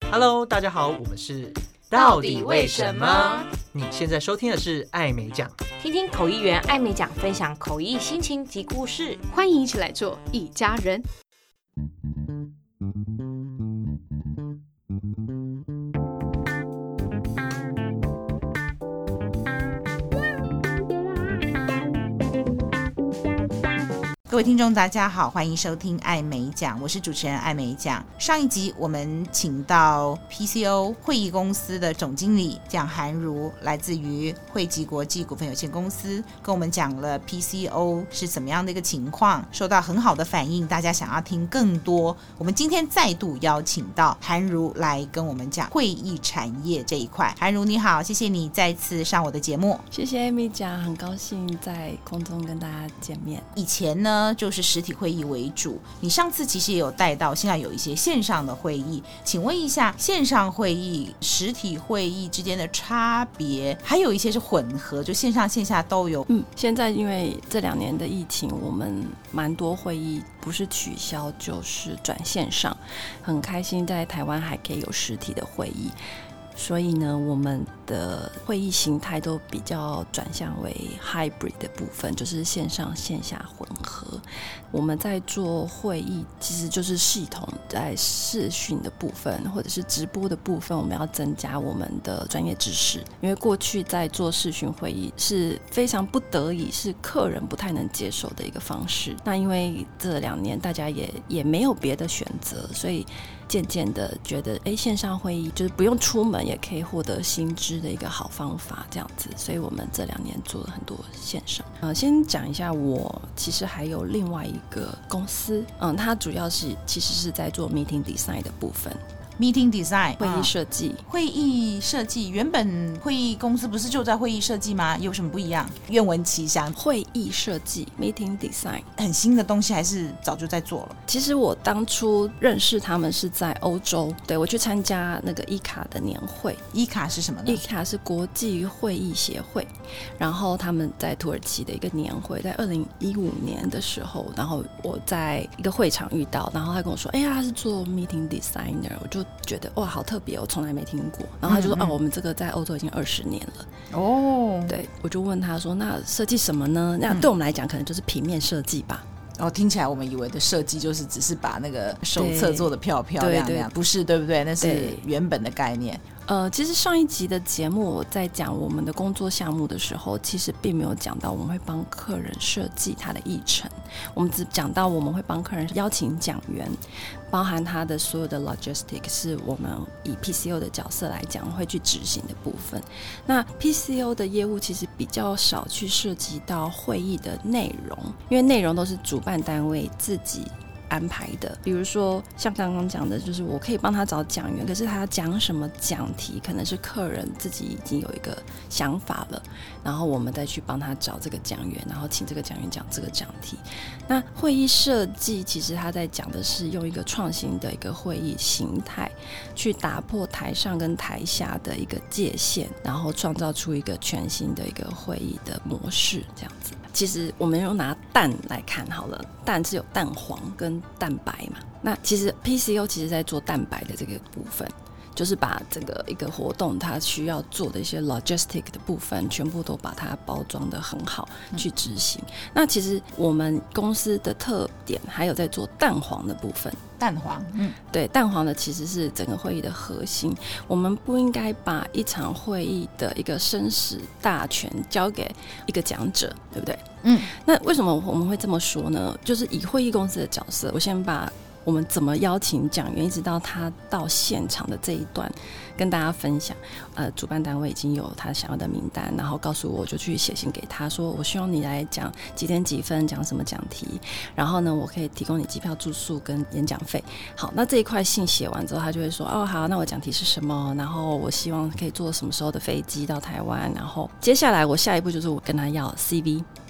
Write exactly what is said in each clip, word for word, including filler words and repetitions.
Hello， 大家好，我们是到底为什么？ 你现在收听的是艾美奖， 听听口译员艾美奖分享口译心情及故事， 欢迎一起来做一家人。 各位听众大家好，欢迎收听艾美奖，我是主持人艾美奖。上一集我们请到 P C O 会议公司的总经理蒋涵如，来自于汇集国际股份有限公司，跟我们讲了 P C O 是怎么样的一个情况，受到很好的反应，大家想要听更多。我们今天再度邀请到涵如来跟我们讲会议产业这一块。涵如你好，谢谢你再次上我的节目。 谢谢艾美奖，很高兴在空中跟大家见面。 以前呢就是实体会议为主，你上次其实也有带到现在有一些线上的会议，请问一下线上会议实体会议之间的差别，还有一些是混合，就线上线下都有。 嗯，现在因为这两年的疫情，我们蛮多会议不是取消就是转线上，很开心在台湾还可以有实体的会议，所以呢我们的会议形态都比较转向为 hybrid 的部分，就是线上线下混合。我们在做会议其实就是系统在视讯的部分或者是直播的部分，我们要增加我们的专业知识，因为过去在做视讯会议是非常不得已，是客人不太能接受的一个方式。那因为这两年大家也也没有别的选择，所以渐渐的觉得哎，线上会议就是不用出门也可以获得新知的一个好方法，这样子，所以我们这两年做了很多线上。呃，先讲一下，我其实还有另外一个公司，嗯，它主要是其实是在做 meeting design 的部分。 Meeting design 会议设计、 啊、会议设计，原本会议公司不是就在会议设计吗？有什么不一样？愿闻其详。 会议设计 Meeting design 很新的东西还是早就在做了？ 其实我当初认识他们是在欧洲，对，我去参加那个 E 卡的年会。 E 卡是什么呢？ E 卡是国际会议协会，然后他们在土耳其的一个年会，在二零一五年的时候，然后我在一个会场遇到，然后他跟我说哎呀，他是做 Meeting designer， 我就觉得哇好特别，我从来没听过。然后他就说、嗯嗯、哦，我们这个在欧洲已经二十年了哦。对，我就问他说那设计什么呢？那对我们来讲可能就是平面设计吧。 哦，听起来我们以为的设计就是只是把那个手册做得漂漂亮亮，不是，对不对？那是原本的概念。 呃，其实上一集的节目我在讲我们的工作项目的时候，其实并没有讲到我们会帮客人设计他的议程，我们只讲到我们会帮客人邀请讲员，包含他的所有的 logistics 是我们以 P C O 的角色来讲会去执行的部分。那 P C O 的业务其实比较少去涉及到会议的内容，因为内容都是主办单位自己安排的。比如说像刚刚讲的，就是我可以帮他找讲员，可是他讲什么讲题可能是客人自己已经有一个想法了，然后我们再去帮他找这个讲员，然后请这个讲员讲这个讲题。那会议设计其实他在讲的是用一个创新的一个会议形态去打破台上跟台下的一个界限，然后创造出一个全新的一个会议的模式，这样子。其实我们用拿蛋来看好了，蛋是有蛋黄跟蛋白嘛，那其实 P C O 其实在做蛋白的这个部分，就是把这个一个活动它需要做的一些 logistic 的部分全部都把它包装得很好去执行、嗯、那其实我们公司的特点还有在做蛋黄的部分。 蛋黄，嗯， 对，蛋黄的其实是整个会议的核心。我们不应该把一场会议的一个生死大权交给一个讲者，对不对？嗯，那为什么我们会这么说呢？就是以会议公司的角色，我先把我们怎么邀请讲员一直到他到现场的这一段跟大家分享。呃，主办单位已经有他想要的名单，然后告诉我，我就去写信给他说我希望你来讲几点几分讲什么讲题，然后呢我可以提供你机票住宿跟演讲费。好，那这一块信写完之后，他就会说哦好，那我讲题是什么，然后我希望可以坐什么时候的飞机到台湾，然后接下来我下一步就是我跟他要 C V。 嗯，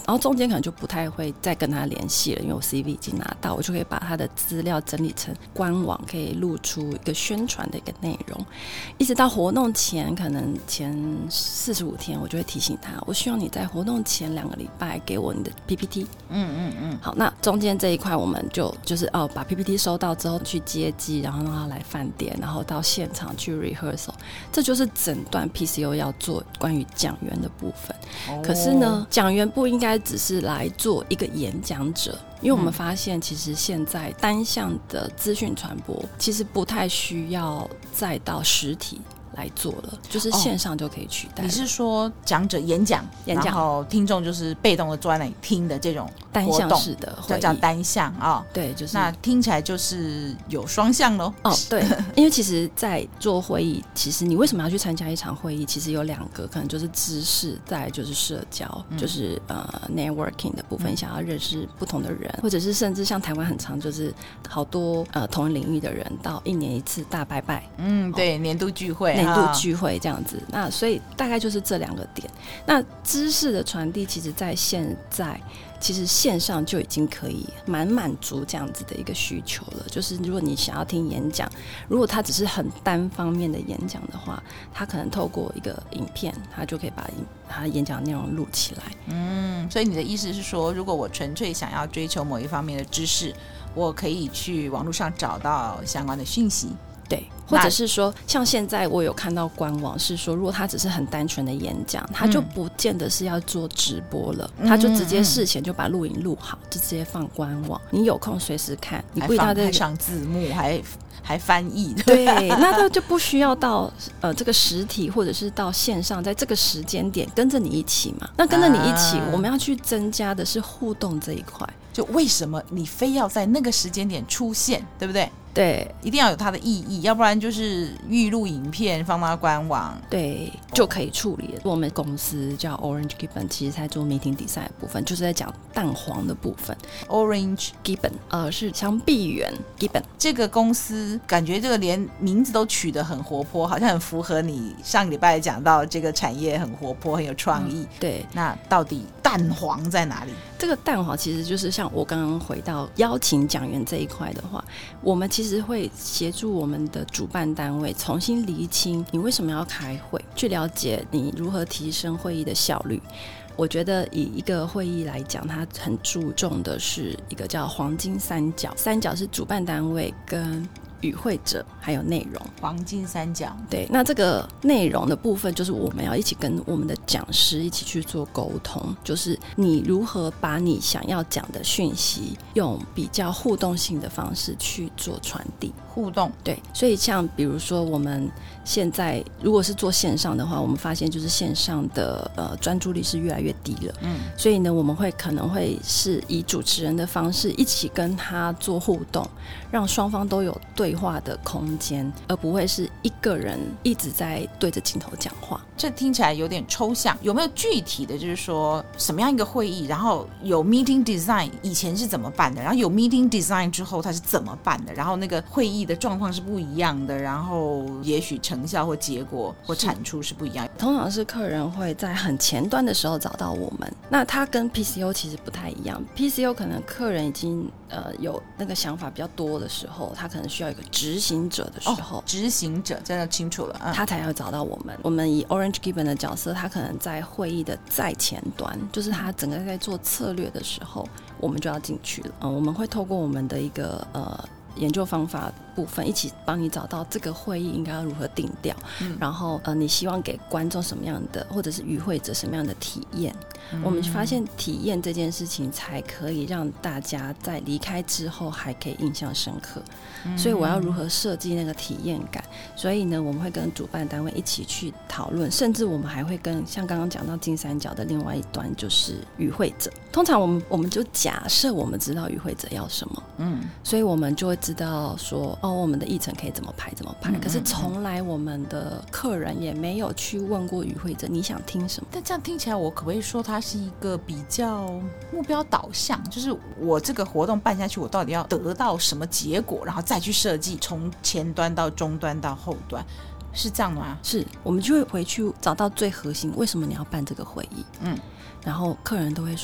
然后中间可能就不太会再跟他联系了，因为我 C V 已经拿到，我就可以把他的资料整理成官网，可以露出一个宣传的一个内容。一直到活动前，可能前四十五天，我就会提醒他，我希望你在活动前两个礼拜给我你的 P P T。嗯嗯嗯。好，那中间这一块我们就就是哦，把 P P T 收到之后去接机，然后让他来饭店，然后到现场去 rehearsal， 这就是整段 P C O 要做关于讲员的部分。哦、可是呢，讲员不应该只是来做一个演讲者，因为我们发现其实现在单向的资讯传播其实不太需要再到实体来做了，就是线上就可以取代、哦、 你是说讲者演讲， 演讲然后听众就是被动的坐在那里听的这种单向式的会议， 叫单向啊、哦？ 对，就是那听起来就是有双向咯。 哦，对，因为其实在做会议，其实你为什么要去参加一场会议？其实有两个，可能就是知识，再来就是社交，嗯、就是呃 networking 的部分，嗯、想要认识不同的人，或者是甚至像台湾很常就是好多呃同一领域的人到一年一次大拜拜， 嗯，对，哦、年度聚会。 年度聚会这样子，那所以大概就是这两个点。那知识的传递，其实在现在其实线上就已经可以蛮满足这样子的一个需求了。就是如果你想要听演讲，如果它只是很单方面的演讲的话，它可能透过一个影片，它就可以把它演讲内容录起来。 嗯，所以你的意思是说，如果我纯粹想要追求某一方面的知识，我可以去网络上找到相关的讯息。 对，或者是说像现在我有看到官网是说，如果他只是很单纯的演讲，他就不见得是要做直播了，嗯、他就直接事前就把录影录好，就直接放官网，你有空随时看，你不一定要在上字幕，还还翻译。 对，那他就不需要到呃这个实体或者是到线上，在这个时间点跟着你一起嘛。那跟着你一起，啊、我们要去增加的是互动这一块。 就为什么你非要在那个时间点出现，对不对？ 对， 一定要有它的意义，要不然就是预录影片放到官网， 对，就可以处理了。我们公司叫 Orange Gibbon， 其实在做 meeting design 的部分，就是在讲蛋黄的部分。 Orange Gibbon， 呃，是墙壁园 Gibbon 这个公司，感觉这个连名字都取得很活泼，好像很符合你上个礼拜讲到这个产业很活泼，很有创意。嗯、 对， 那到底蛋黄在哪里？ 这个蛋黄其实就是像我刚刚回到邀请讲员这一块的话，我们其实会协助我们的主办单位重新厘清你为什么要开会，去了解你如何提升会议的效率。我觉得以一个会议来讲，它很注重的是一个叫黄金三角，三角是主办单位跟与会者还有内容， 黄金三角。 对，那这个内容的部分就是我们要一起跟我们的讲师一起去做沟通，就是你如何把你想要讲的讯息用比较互动性的方式去做传递。 互动， 对，所以像比如说我们现在如果是做线上的话，我们发现就是线上的呃专注力是越来越低了，嗯，所以呢我们会可能会是以主持人的方式一起跟他做互动，让双方都有对话的空间，而不会是一个人一直在对着镜头讲话。 这听起来有点抽象，有没有具体的就是说什么样一个会议，然后有 meeting design 以前是怎么办的，然后有 meeting design 之后它是怎么办的，然后那个会议的状况是不一样的，然后也许成效或结果或产出是不一样的。 通常是客人会在很前端的时候找到我们，那他跟 P C O 其实不太一样。 P C O 可能客人已经呃有那个想法比较多的时候，他可能需要一个执行者的时候，哦、 执行者真的清楚了、嗯、 他才要找到我们。我们以 Orange Gibbon 的角色，他可能在会议的再前端，就是他整个在做策略的时候，我们就要进去了、嗯、我们会透过我们的一个呃研究方法部分一起帮你找到这个会议应该要如何定调、嗯、然后呃你希望给观众什么样的或者是与会者什么样的体验、嗯、我们发现体验这件事情才可以让大家在离开之后还可以印象深刻、嗯、所以我要如何设计那个体验感，所以呢我们会跟主办单位一起去讨论，甚至我们还会跟像刚刚讲到金三角的另外一端就是与会者。通常我们我们就假设我们知道与会者要什么，嗯，所以我们就会知道说哦，我们的议程可以怎么排怎么排、嗯、可是从来我们的客人也没有去问过与会者你想听什么。 但这样听起来我可不可以说它是一个比较目标导向，就是我这个活动办下去我到底要得到什么结果，然后再去设计从前端到中端到后端，是这样吗？ 是，我们就会回去找到最核心为什么你要办这个会议。嗯，然后客人都会说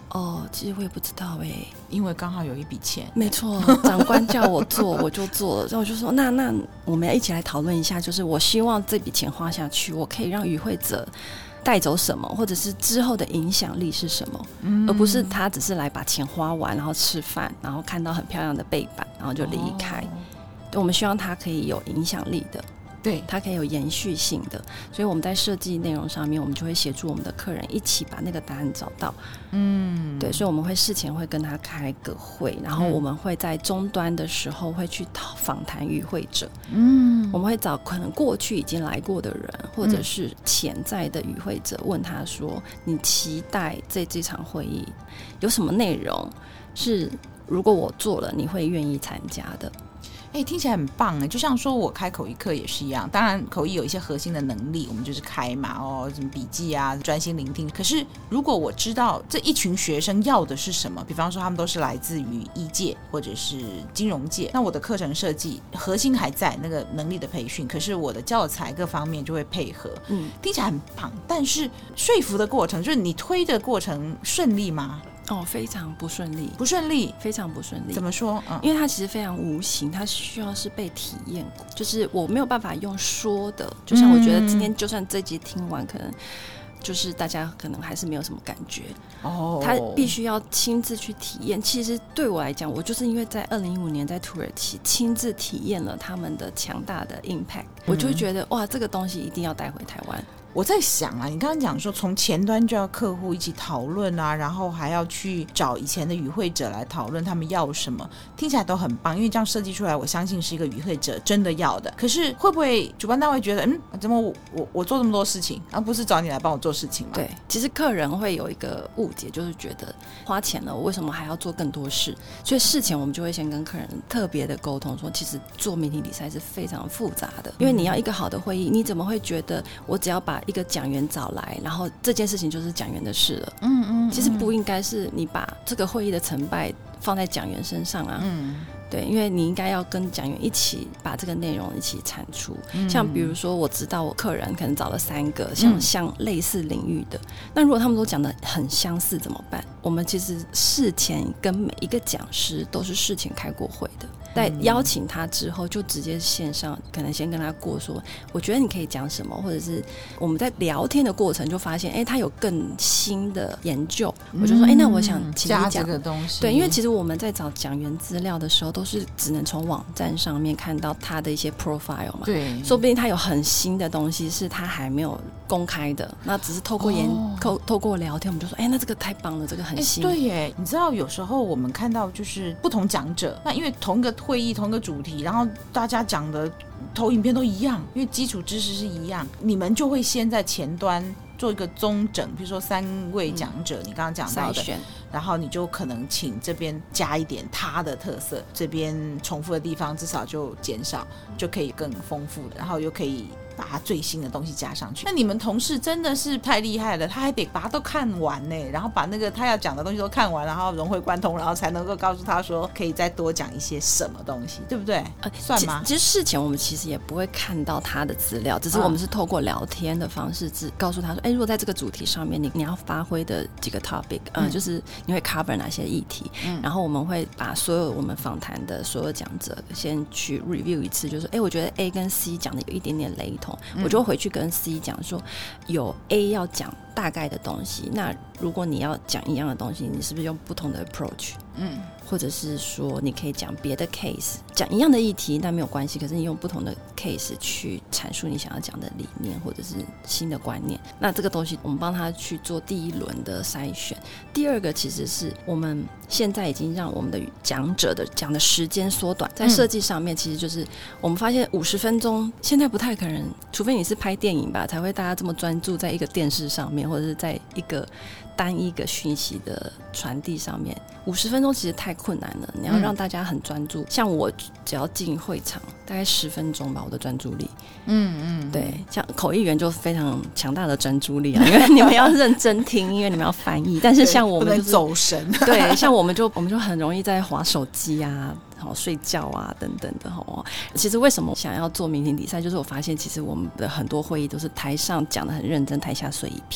哦，其实我也不知道哎、欸， 因为刚好有一笔钱。 没错，长官叫我做我就做了，然后我就说那那我们要一起来讨论一下，就是我希望这笔钱花下去，我可以让与会者带走什么，或者是之后的影响力是什么、嗯、而不是他只是来把钱花完，然后吃饭，然后看到很漂亮的背板，然后就离开、哦、我们希望他可以有影响力的，对，它可以有延续性的，所以我们在设计内容上面，我们就会协助我们的客人一起把那个答案找到。嗯，对，所以我们会事前会跟他开个会，然后我们会在终端的时候会去访谈与会者。嗯，我们会找可能过去已经来过的人，或者是潜在的与会者，问他说：“你期待这这场会议有什么内容是如果我做了，你会愿意参加的？” 哎、欸，听起来很棒哎，就像说我开口译课也是一样，当然口译有一些核心的能力，我们就是开嘛，哦，什么笔记啊，专心聆听。可是如果我知道这一群学生要的是什么，比方说他们都是来自于医界或者是金融界，那我的课程设计核心还在那个能力的培训，可是我的教材各方面就会配合。嗯，听起来很棒，但是说服的过程，就是你推的过程顺利吗？ 哦，非常不顺利， 不顺利， 非常不顺利。 怎么说？嗯， 因为它其实非常无形，它需要是被体验过，就是我没有办法用说的。就像我觉得今天就算这集听完，可能就是大家可能还是没有什么感觉。哦，他必须要亲自去体验。其实对我来讲，我就是因为在二零一五年在土耳其亲自体验了他们的强大的 impact，、嗯、我就会觉得哇，这个东西一定要带回台湾。 我在想啊，你刚刚讲说从前端就要客户一起讨论啊，然后还要去找以前的与会者来讨论他们要什么，听起来都很棒，因为这样设计出来我相信是一个与会者真的要的。可是会不会主办单位觉得嗯，怎么 我, 我, 我做这么多事情，而不是找你来帮我做事情吗？ 对，其实客人会有一个误解，就是觉得花钱了我为什么还要做更多事，所以事前我们就会先跟客人特别的沟通说，其实做媒体比赛是非常复杂的，因为你要一个好的会议，你怎么会觉得我只要把一个讲员找来，然后这件事情就是讲员的事了？嗯 嗯, 嗯，其实不应该是你把这个会议的成败放在讲员身上啊。嗯，对，因为你应该要跟讲员一起把这个内容一起产出、嗯、像比如说我知道我客人可能找了三个像、嗯、像类似领域的，那如果他们都讲得很相似怎么办？我们其实事前跟每一个讲师都是事前开过会的，在邀请他之后就直接线上可能先跟他过说我觉得你可以讲什么，或者是我们在聊天的过程就发现哎，他有更新的研究、嗯、我就说哎，那我想请你讲这个东西。 对，因为其实我们在找讲员资料的时候都是只能从网站上面看到他的一些 profile 嘛，对，说不定他有很新的东西是他还没有公开的，那只是透过研、哦、透, 透过聊天我们就说哎，那这个太棒了，这个很新。 对耶，你知道有时候我们看到就是不同讲者，那因为同一个会议同一个主题，然后大家讲的投影片都一样，因为基础知识是一样，你们就会先在前端做一个综整，比如说三位讲者、嗯、你刚刚讲到的，然后你就可能请这边加一点他的特色，这边重复的地方至少就减少，就可以更丰富的，然后又可以把他最新的东西加上去。那你们同事真的是太厉害了，他还得把它都看完呢，然后把那个他要讲的东西都看完，然后融会贯通，然后才能够告诉他说可以再多讲一些什么东西，对不对？呃，算吗？ 其实事前我们其实也不会看到他的资料，只是我们是透过聊天的方式只告诉他说哎，如果在这个主题上面你你要发挥的几个 topic、呃嗯、就是你会 cover 哪些议题、嗯、然后我们会把所有我们访谈的所有讲者先去 review 一次，就是哎，我觉得 A 跟 C 讲的有一点点雷同，嗯、我就回去跟 C 讲说有 A 要讲大概的东西，那如果你要讲一样的东西，你是不是用不同的 approach？ 嗯，或者是说你可以讲别的 case， 讲一样的议题但没有关系，可是你用不同的 case 去阐述你想要讲的理念或者是新的观念，那这个东西我们帮他去做第一轮的筛选。第二个其实是我们现在已经让我们的讲者的讲的时间缩短，在设计上面其实就是我们发现五十分钟现在不太可能，除非你是拍电影吧，才会大家这么专注在一个电视上面，或者是在一个单一个讯息的传递上面，五十分钟其实太困难了，你要让大家很专注、嗯、像我只要进会场大概十分钟吧，我的专注力嗯嗯，对，像口译员就非常强大的专注力啊，因为你们要认真听，因为你们要翻译，但是像我们、就是、 不能走神对，像我们就我们就很容易在滑手机啊睡觉啊等等的。其实为什么想要做明星比赛，就是我发现其实我们的很多会议都是台上讲得很认真，台下睡一片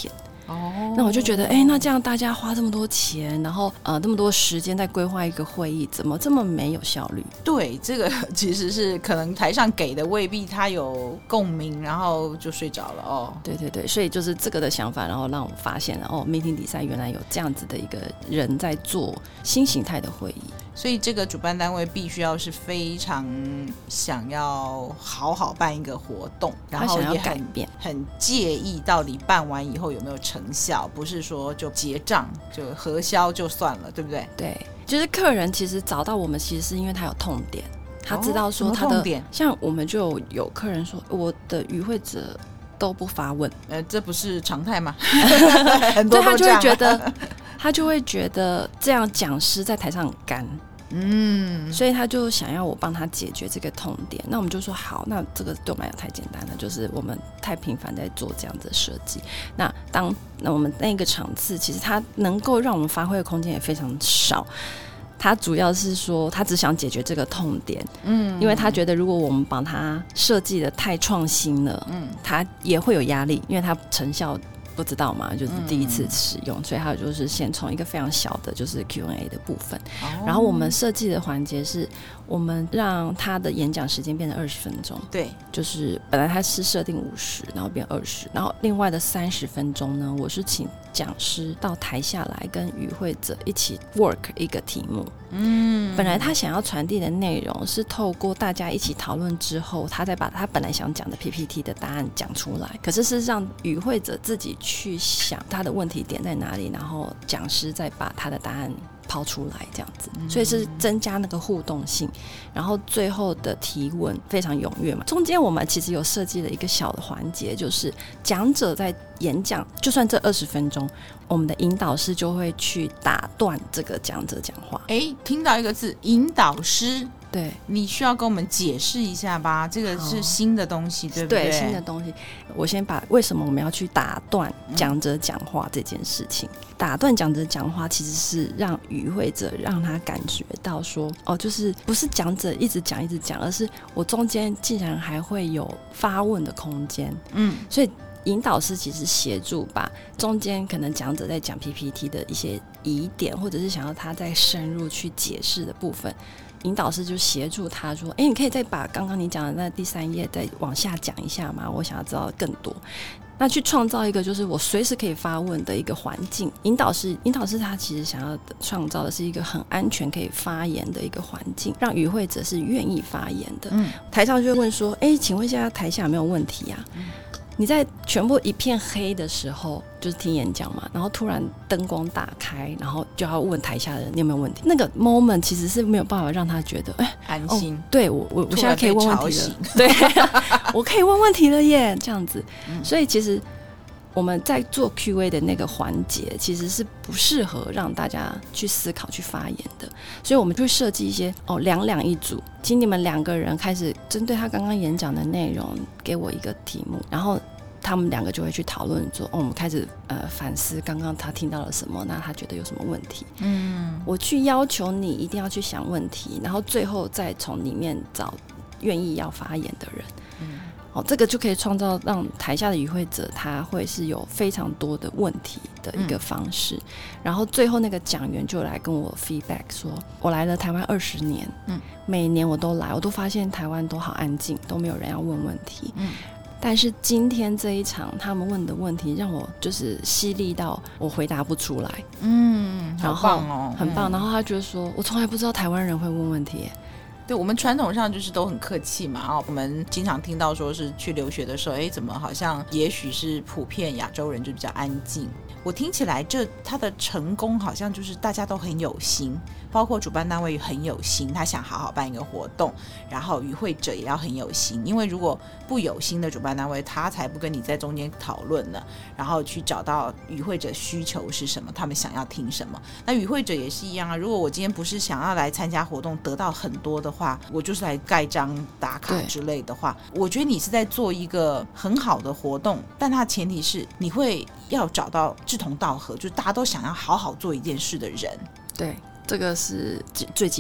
哦， 那我就觉得，哎，那这样大家花这么多钱，然后呃这么多时间在规划一个会议，怎么这么没有效率？ 对，这个其实是可能台上给的未必他有共鸣，然后就睡着了哦。 对对对，所以就是这个的想法，然后让我发现了哦 ，meeting design 原来有这样子的一个人在做新形态的会议。 所以这个主办单位必须要是非常想要好好办一个活动，然后也很很介意到底办完以后有没有成效，不是说就结账就核销就算了，对不对？ 对，就是客人其实找到我们，其实是因为他有痛点，他知道说他的、 哦、痛点， 像我们就有客人说我的与会者都不发问， 呃，这不是常态吗？很多都这样， 对，他就会觉得他就会觉得这样讲师在台上很干。嗯，所以他就想要我帮他解决这个痛点。那我们就说好，那这个对我们来讲太简单了，就是我们太频繁在做这样子的设计。那当那我们那个场次，其实它能够让我们发挥的空间也非常少。他主要是说，他只想解决这个痛点，嗯，因为他觉得如果我们把它设计的太创新了，嗯，他也会有压力，因为他成效不知道嘛，就是第一次使用，嗯、所以他就是先从一个非常小的，就是 Q and A 的部分，哦、然后我们设计的环节是，我们让他的演讲时间变成二十分钟， 对， 就是本来他是设定五十，然后变二十，然后另外的三十分钟呢，我是请讲师到台下来跟与会者一起 work 一个题目。嗯，本来他想要传递的内容是透过大家一起讨论之后，他再把他本来想讲的 P P T 的答案讲出来。可是是让与会者自己去想他的问题点在哪里，然后讲师再把他的答案抛出来，这样子，所以是增加那个互动性，然后最后的提问非常踊跃嘛。中间我们其实有设计了一个小的环节，就是讲者在演讲，就算这二十分钟，我们的引导师就会去打断这个讲者讲话。 哎，听到一个字，引导师。 对， 你需要跟我们解释一下吧，这个是新的东西，对不对？ 对，新的东西。我先把为什么我们要去打断讲者讲话这件事情。嗯、打断讲者讲话其实是让与会者让他感觉到说，哦，就是不是讲者一直讲一直讲，而是我中间竟然还会有发问的空间。嗯，所以引导师其实协助把中间可能讲者在讲 P P T 的一些疑点，或者是想要他再深入去解释的部分。引导师就协助他说，哎，你可以再把刚刚你讲的那第三页再往下讲一下吗？我想要知道更多。那去创造一个就是我随时可以发问的一个环境。引导师引导师他其实想要创造的是一个很安全可以发言的一个环境，让与会者是愿意发言的。嗯，台上就会问说，哎，请问一下台下有没有问题啊？嗯，你在全部一片黑的时候，就是听演讲嘛，然后突然灯光打开，然后就要问台下的人你有没有问题。那个 moment 其实是没有办法让他觉得哎安心、哦、 对我我我现在可以问问题了，对我可以问问题了耶，这样子、嗯、所以其实我们在做 Q A 的那个环节其实是不适合让大家去思考去发言的，所以我们就会设计一些哦两两一组，请你们两个人开始针对他刚刚演讲的内容给我一个题目，然后他们两个就会去讨论说、哦、我们开始呃反思刚刚他听到了什么，那他觉得有什么问题，嗯，我去要求你一定要去想问题，然后最后再从里面找愿意要发言的人，嗯，哦，这个就可以创造让台下的与会者他会是有非常多的问题的一个方式、嗯、然后最后那个讲员就来跟我 feedback 说，我来了台湾二十年，嗯，每年我都来，我都发现台湾都好安静，都没有人要问问题，嗯，但是今天这一场他们问的问题让我就是犀利到我回答不出来，嗯，然后很棒哦， 很棒、嗯、然后他就说我从来不知道台湾人会问问题耶。 对，我们传统上就是都很客气嘛，我们经常听到说是去留学的时候，哎，怎么好像也许是普遍亚洲人就比较安静。我听起来这他的成功好像就是大家都很有心，包括主办单位很有心，他想好好办一个活动，然后与会者也要很有心，因为如果不有心的主办单位，他才不跟你在中间讨论呢，然后去找到与会者需求是什么，他们想要听什么。那与会者也是一样啊，如果我今天不是想要来参加活动得到很多的话，我就是来盖章打卡之类的话，我觉得你是在做一个很好的活动，但它的前提是你会要找到志同道合，就是大家都想要好好做一件事的人。 对，这个是最基本。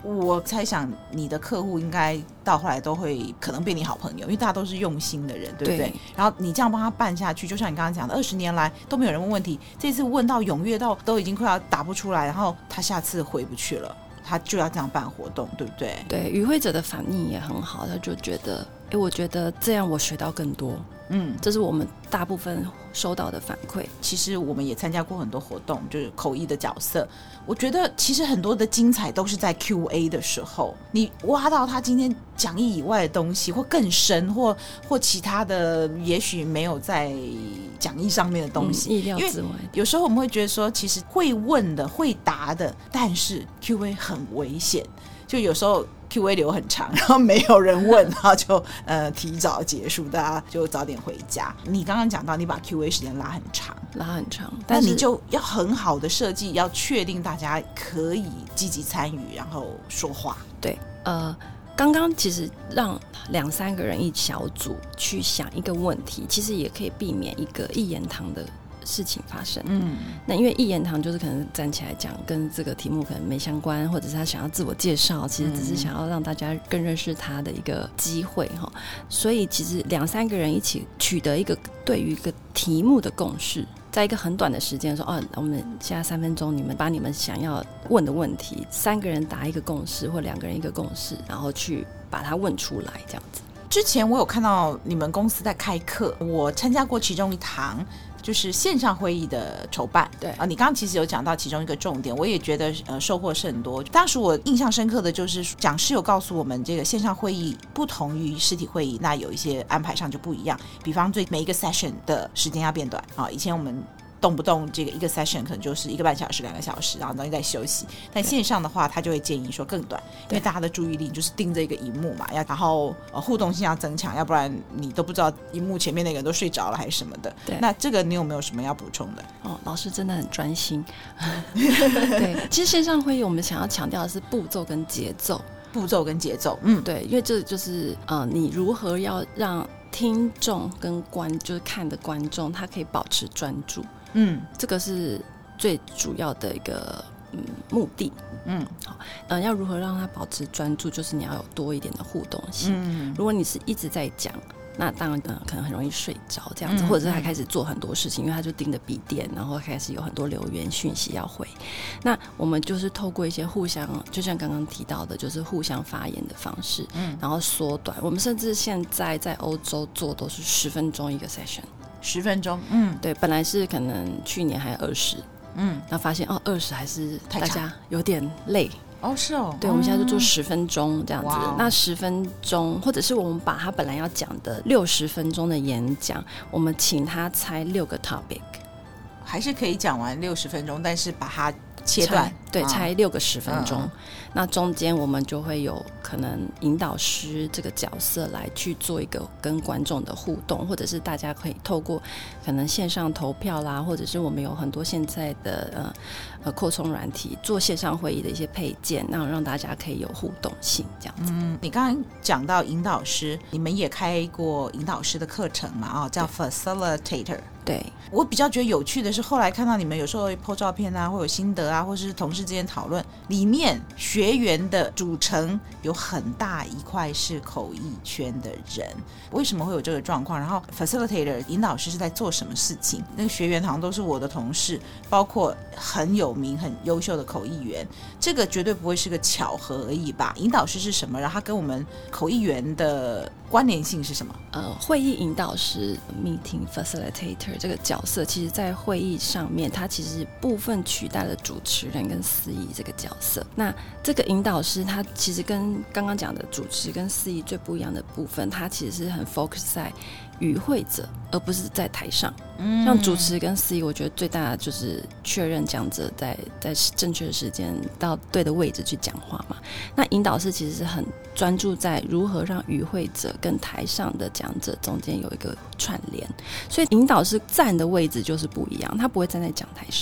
我猜想你的客户应该到后来都会可能变你好朋友，因为大家都是用心的人，对不对？ 对， 然后你这样帮他办下去，就像你刚刚讲的，二十年来都没有人问问题，这次问到踊跃到都已经快要打不出来，然后他下次回不去了，他就要这样办活动，对不对？ 对，与会者的反应也很好，他就觉得，哎，我觉得这样我学到更多。嗯，这是我们大部分收到的反馈。 其实我们也参加过很多活动，就是口译的角色。我觉得其实很多的精彩都是在 Q A 的时候，你挖到他今天讲义以外的东西，或更深，或或其他的，也许没有在讲义上面的东西， 嗯、意料之外。 有时候我们会觉得说，其实会问的、会答的，但是 Q A 很危险，就有时候。Q A 留很长，然后没有人问，然后就呃提早结束，大家就早点回家。你刚刚讲到，你把 Q A 时间拉很长， 拉很长， 但你就要很好的设计，要确定大家可以积极参与，然后说话。 对，呃，刚刚其实让两三个人一小组去想一个问题，其实也可以避免一个一言堂的事情发生。嗯，那因为一言堂就是可能站起来讲跟这个题目可能没相关，或者是他想要自我介绍，其实只是想要让大家更认识他的一个机会哈。所以其实两三个人一起取得一个对于一个题目的共识，在一个很短的时间说，哦，我们现在三分钟，你们把你们想要问的问题，三个人答一个共识，或两个人一个共识，然后去把它问出来，这样子。 之前我有看到你们公司在开课，我参加过其中一堂。就是线上会议的筹办， 对啊，你刚刚其实有讲到其中一个重点，我也觉得呃收获是很多。当时我印象深刻的就是讲师有告诉我们，这个线上会议不同于实体会议，那有一些安排上就不一样。比方最每一个 session 的时间要变短啊，以前我们动不动这个一个 session 可能就是一个半小时、两个小时，然后等于在休息。但线上的话，他就会建议说更短，因为大家的注意力就是盯着一个荧幕嘛，要然后、呃、互动性要增强，要不然你都不知道荧幕前面那个人都睡着了还是什么的。 对， 那这个你有没有什么要补充的？ 哦，老师真的很专心。对，其实线上会议我们想要强调的是步骤跟节奏， 步骤跟节奏，嗯， 对，因为这就是呃，你如何要让听众跟观就是看的观众他可以保持专注。嗯，这个是最主要的一个嗯目的。嗯，好，呃，要如何让他保持专注，就是你要有多一点的互动性。嗯，如果你是一直在讲，那当然、呃、可能很容易睡着这样子，嗯、或者是他开始做很多事情，因为他就盯着笔电，然后开始有很多留言讯息要回。那我们就是透过一些互相，就像刚刚提到的，就是互相发言的方式，嗯，然后缩短。我们甚至现在在欧洲做都是十分钟一个 session。 十分钟，嗯， 对，本来是可能去年还有二十，嗯，然后发现哦，二十还是大家有点累， 哦，是哦， 对，我们现在就做十分钟这样子。那十分钟，或者是我们把他本来要讲的六十分钟的演讲，我们请他猜六个 topic， 还是可以讲完六十分钟，但是把它切断， 对，拆六个十分钟。嗯、那中间我们就会有可能引导师这个角色来去做一个跟观众的互动，或者是大家可以透过可能线上投票啦，或者是我们有很多现在的呃呃扩充软体做线上会议的一些配件，那让大家可以有互动性这样子。 嗯，你刚刚讲到引导师，你们也开过引导师的课程嘛？啊、哦，叫 Facilitator。 对， 我比较觉得有趣的是，后来看到你们有时候会 po 照片啊，或有心得啊，或是同事之间讨论，里面学员的组成有很大一块是口译圈的人，为什么会有这个状况？然后 facilitator 引导师是在做什么事情？那个学员好像都是我的同事，包括很有名很优秀的口译员，这个绝对不会是个巧合而已吧？引导师是什么？然后他跟我们口译员的关联性是什么？ 呃，会议引导师 meeting facilitator 这个角色，其实在会议上面，它其实部分取代了主持人跟司仪这个角色。那这个引导师，他其实跟刚刚讲的主持跟司仪最不一样的部分，他其实是很 focus 在与会者，而不是在台上。嗯，像主持跟司仪，我觉得最大的就是确认讲者在在正确的时间到对的位置去讲话嘛。那引导师其实是很专注在如何让与会者跟台上的讲者中间有一个串联，所以引导师站的位置就是不一样，他不会站在讲台上。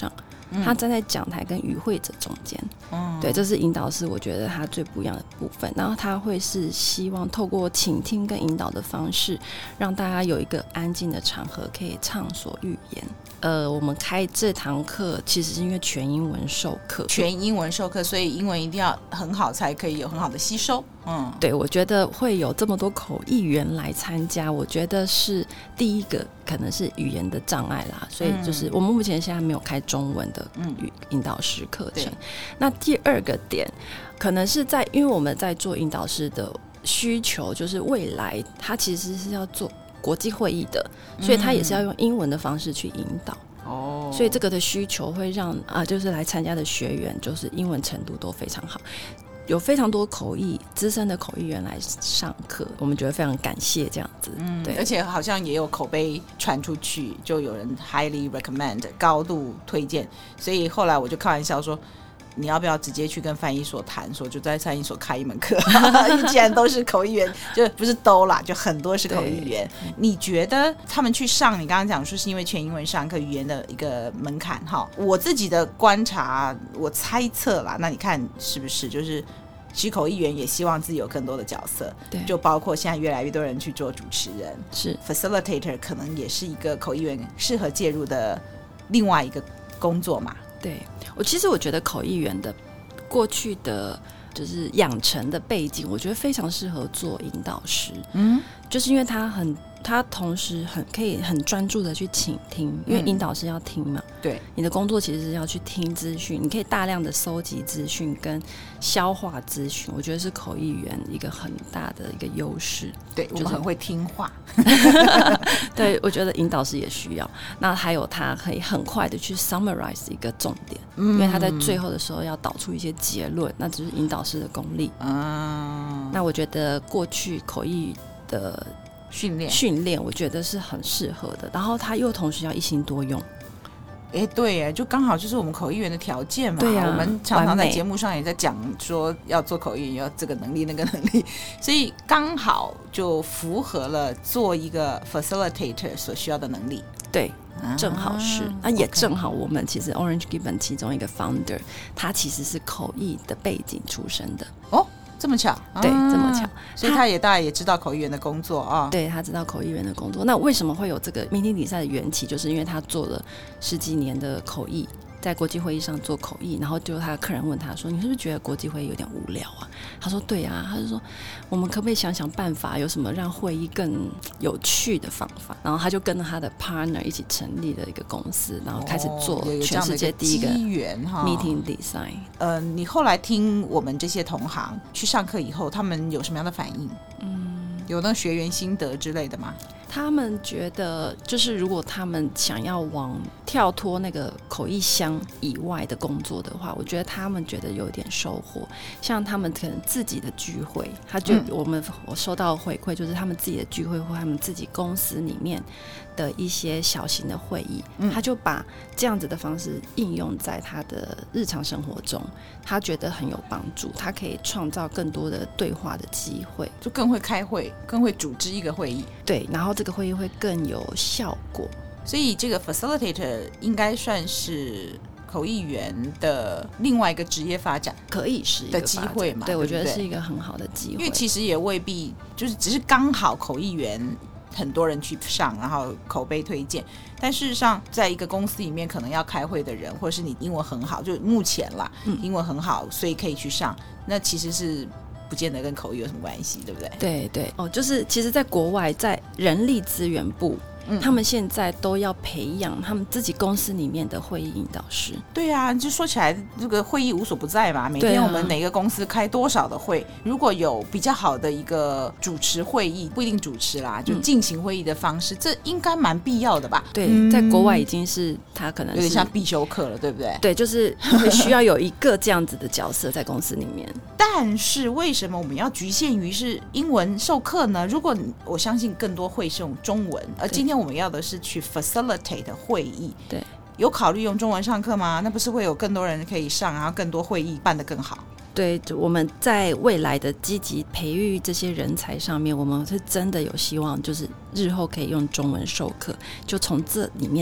嗯、他站在讲台跟与会者中间。嗯，对，这是引导师我觉得他最不一样的部分。然后他会是希望透过倾听跟引导的方式，让大家有一个安静的场合可以畅所欲言。呃，我们开这堂课其实是因为全英文授课， 全英文授课，所以英文一定要很好才可以有很好的吸收。嗯， 对，我觉得会有这么多口译员来参加，我觉得是第一个可能是语言的障碍啦，所以就是我们目前现在没有开中文的引导师课程。那第二个点可能是在，因为我们在做引导师的需求，就是未来他其实是要做国际会议的，所以他也是要用英文的方式去引导。哦，所以这个的需求会让啊，就是来参加的学员就是英文程度都非常好。有非常多口译资深的口译员来上课，我们觉得非常感谢这样子。嗯，对， 而且好像也有口碑传出去，就有人 highly recommend 高度推荐，所以后来我就开玩笑说，你要不要直接去跟翻译所谈，说就在翻译所开一门课？既然都是口译员，就不是都啦，就很多是口译员。你觉得他们去上，你刚刚讲说是因为全英文上课语言的一个门槛哈？我自己的观察，我猜测啦，那你看是不是就是？其实口译员也希望自己有更多的角色，对，就包括现在越来越多人去做主持人， 是 facilitator 可能也是一个口译员适合介入的另外一个工作嘛。 对，我其实我觉得口译员的过去的就是养成的背景，我觉得非常适合做引导师。嗯，就是因为他很他同时很可以很专注的去倾听，因为引导师要听嘛。嗯、对，你的工作其实是要去听资讯，你可以大量的收集资讯跟消化资讯，我觉得是口译员一个很大的一个优势。 对， 就是、 我们很会听话。 对，我觉得引导师也需要。那还有他可以很快的去 summarize 一个重点，嗯、因为他在最后的时候要导出一些结论，那只是引导师的功力。嗯，那我觉得过去口译的训练训练我觉得是很适合的，然后他又同时要一心多用。 哎，对耶，就刚好就是我们口译员的条件嘛。对啊，我们常常在节目上也在讲说要做口译员要这个能力那个能力，所以刚好就符合了做一个 facilitator 所需要的能力。 对，正好是，那、啊、也正好我们其实 Orange Gibbon 其中一个 founder 他其实是口译的背景出身的。 哦，这么巧？ 对，这么巧， 所以他也大概也知道口译员的工作啊、哦。 对，他知道口译员的工作。那为什么会有这个明星比赛的缘起？就是因为他做了十几年的口译，在国际会议上做口译，然后就他的客人问他说：“你是不是觉得国际会议有点无聊啊？”他说：“对啊。”他就说：“我们可不可以想想办法，有什么让会议更有趣的方法？”然后他就跟着他的 partner 一起成立了一个公司，然后开始做全世界第一个 meeting design。 呃，你后来听我们这些同行去上课以后，他们有什么样的反应？嗯，有那个学员心得之类的吗？ 他们觉得，就是如果他们想要往跳脱那个口译箱以外的工作的话，我觉得他们觉得有点收获。像他们可能自己的聚会，他就、嗯、我们我收到回馈，就是他们自己的聚会或他们自己公司里面的一些小型的会议，嗯、他就把这样子的方式应用在他的日常生活中，他觉得很有帮助，他可以创造更多的对话的机会， 就更会开会，更会组织一个会议。 对，然后这个会议会更有效果。 所以这个 facilitator 应该算是口译员的另外一个职业发展， 可以是一个的机会嘛？ 对，我觉得是一个很好的机会。 因为其实也未必就是只是刚好口译员很多人去上，然后口碑推荐，但事实上在一个公司里面可能要开会的人，或者是你英文很好，就目前啦、嗯、英文很好所以可以去上，那其实是不见得跟口译有什么关系，对不对？ 对对哦，就是其实在国外在人力资源部、嗯、他们现在都要培养他们自己公司里面的会议引导师。 对啊，就说起来这个会议无所不在嘛，每天我们哪个公司开多少的会、啊、如果有比较好的一个主持会议，不一定主持啦，就进行会议的方式、嗯、这应该蛮必要的吧？ 对、嗯、在国外已经是他可能是有点像必修课了，对不对？ 对，就是会需要有一个这样子的角色在公司里面。 但是为什么我们要局限于是英文授课呢？如果我相信更多会是用中文，而今天我们要的是去 facilitate 会议， 对， 有考虑用中文上课吗？那不是会有更多人可以上，然后更多会议办得更好？ 对，我们在未来的积极培育这些人才上面，我们是真的有希望，就是日后可以用中文授课，就从这里面的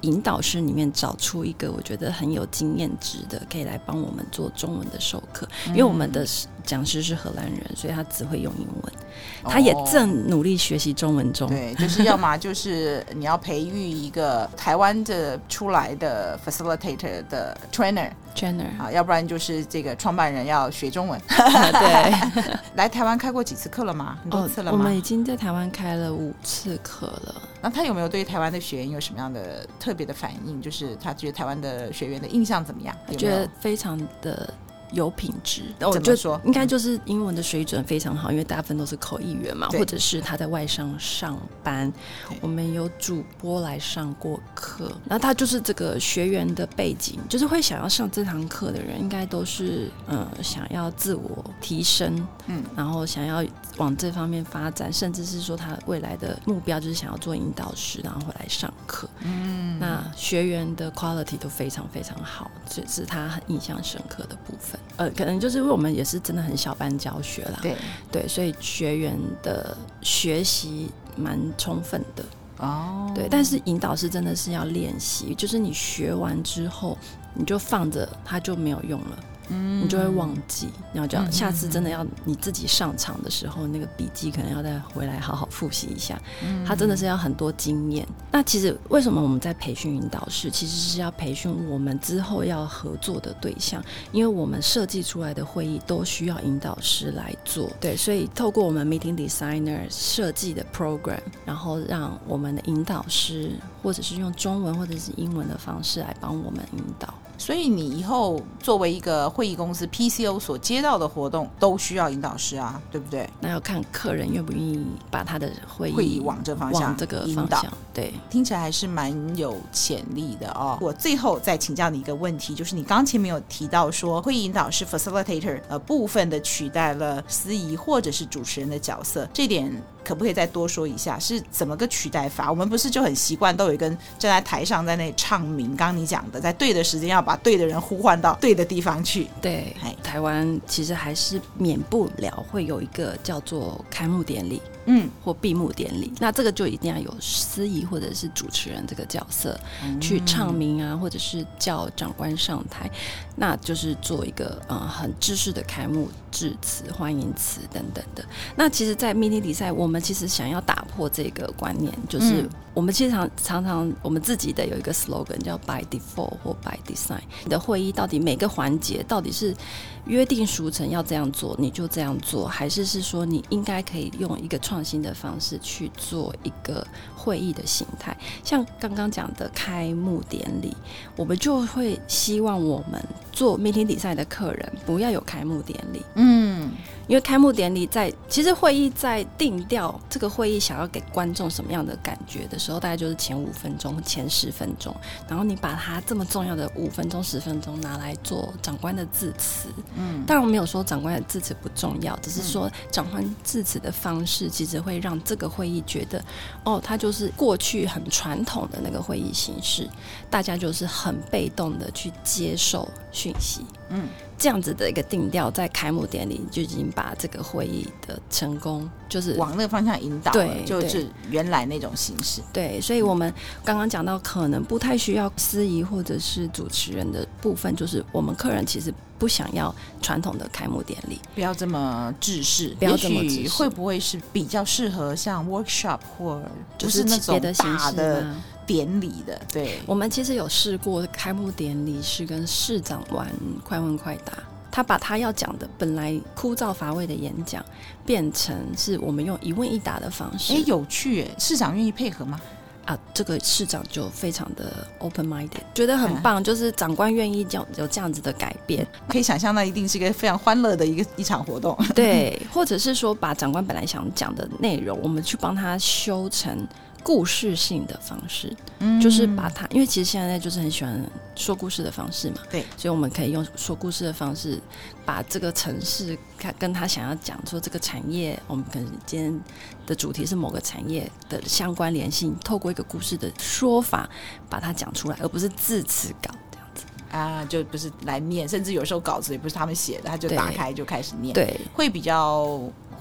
引导师里面找出一个我觉得很有经验值的，可以来帮我们做中文的授课。因为我们的讲师是荷兰人，所以他只会用英文，他也正努力学习中文中。 对，就是要么就是你要培育一个台湾的出来的 facilitator 的 trainer trainer 啊，要不然就是这个创办人要学中文。 对， 来台湾开过几次课了吗？很多次了吗？ 哦，我们已经在台湾开了五次课了。 那他有没有对台湾的学员有什么样的特别的反应？就是他觉得台湾的学员的印象怎么样？有没有？ 我觉得非常的有品质。 怎么说？ 应该就是英文的水准非常好，因为大部分都是口译员嘛，或者是他在外商上班。我们有主播来上过课，然后他就是这个学员的背景，就是会想要上这堂课的人，应该都是呃想要自我提升，嗯，然后想要往这方面发展，甚至是说他未来的目标就是想要做引导师，然后会来上课。嗯，那学员的 quality 都非常非常好，这是他很印象深刻的部分。呃，可能就是因为我们也是真的很小班教学啦， 对对，所以学员的学习蛮充分的哦。对，但是引导师真的是要练习，就是你学完之后，你就放着，它就没有用了。嗯，你就会忘记，然后就要下次真的要你自己上场的时候，那个笔记可能要再回来好好复习一下。嗯，他真的是要很多经验。那其实为什么我们在培训引导师，其实是要培训我们之后要合作的对象，因为我们设计出来的会议都需要引导师来做。对，所以透过我们 meeting designer 设计的 program， 然后让我们的引导师或者是用中文或者是英文的方式来帮我们引导。 所以你以后作为一个会议公司 P C O 所接到的活动都需要引导师啊，对不对？ 那要看客人愿不愿意把他的会议会议往这方向往这个方向，对， 听起来还是蛮有潜力的哦。我最后再请教你一个问题，就是你刚前面有提到说会议引导师 facilitator 呃部分的取代了司仪或者是主持人的角色，这点可不可以再多说一下是怎么个取代法？我们不是就很习惯都有一个人站在台上在那里唱名，刚刚你讲的在对的时间要把对的人呼唤到对的地方去。 对，台湾其实还是免不了会有一个叫做开幕典礼，嗯，或闭幕典礼，那这个就一定要有司仪或者是主持人这个角色、嗯、去唱名啊，或者是叫长官上台，那就是做一个、呃、很制式的开幕致辞、欢迎词等等的。那其实在 mini 比赛我们其实想要打破这个观念，就是我们其实常常常我们自己的有一个 slogan 叫 by default 或 by design。 你的会议到底每个环节到底是约定俗成要这样做你就这样做，还是是说你应该可以用一个创新的方式去做一个会议的形态。像刚刚讲的开幕典礼，我们就会希望我们做 meeting 比赛的客人不要有开幕典礼，嗯，因为开幕典礼在其实会议在定调这个会议想要给观众什么样的感觉的时候，大概就是前五分钟前十分钟，然后你把它这么重要的五分钟十分钟拿来做长官的致辞，嗯，当然我没有说长官的致辞不重要，只是说长官致辞的方式其实会让这个会议觉得哦，它就是过去很传统的那个会议形式，大家就是很被动的去接受讯息，嗯，这样子的一个定调在开幕典礼就已经把这个会议的成功就是往那个方向引导了， 对， 就是原来那种形式。 对，所以我们刚刚讲到可能不太需要司仪或者是主持人的部分，就是我们客人其实不想要传统的开幕典礼， 不要这么制式， 不要这么制式， 也许会不会是比较适合像 workshop 或就是那种大的典礼的？对， 我们其实有试过开幕典礼是跟市长玩快问快答，他把他要讲的本来枯燥乏味的演讲变成是我们用一问一答的方式。 哎，有趣耶！市长愿意配合吗？ 啊，这个市长就非常的 open minded， 觉得很棒，嗯、就是长官愿意有这样子的改变， 可以想象那一定是一个非常欢乐的一个一场活动。 对，或者是说把长官本来想讲的内容，我们去帮他修成故事性的方式，嗯、就是把它，因为其实现在就是很喜欢说故事的方式嘛， 对， 所以我们可以用说故事的方式，把这个城市跟他想要讲说这个产业，我们可能今天的主题是某个产业的相关联性，透过一个故事的说法把它讲出来，而不是字词稿这样子啊，就不是来念，甚至有时候稿子也不是他们写的，他就打开就开始念， 对， 会比较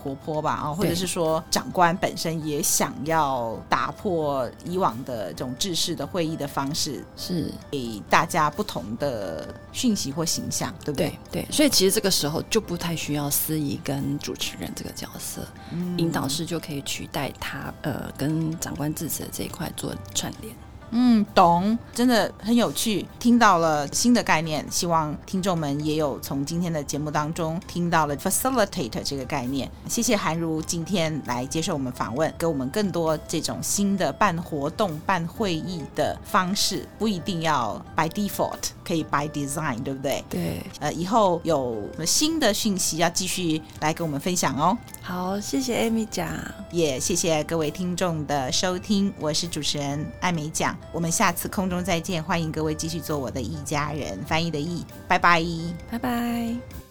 活泼吧、哦、或者是说长官本身也想要打破以往的这种制式的会议的方式， 是给大家不同的讯息或形象，对不对？ 对对，所以其实这个时候就不太需要司仪跟主持人这个角色，嗯、引导师就可以取代他呃跟长官致辞的这一块做串联。 嗯，懂，真的很有趣，听到了新的概念，希望听众们也有从今天的节目当中听到了 facilitator 这个概念。谢谢韩如今天来接受我们访问，给我们更多这种新的办活动办会议的方式，不一定要 by default， 可以 by design， 对不对？ 对， 呃，以后有新的讯息要继续来跟我们分享哦。 好，谢谢 Amy 讲， 也谢谢各位听众的收听，我是主持人艾美讲，我们下次空中再见，欢迎各位继续做我的一家人，翻译的译，拜拜， 拜拜。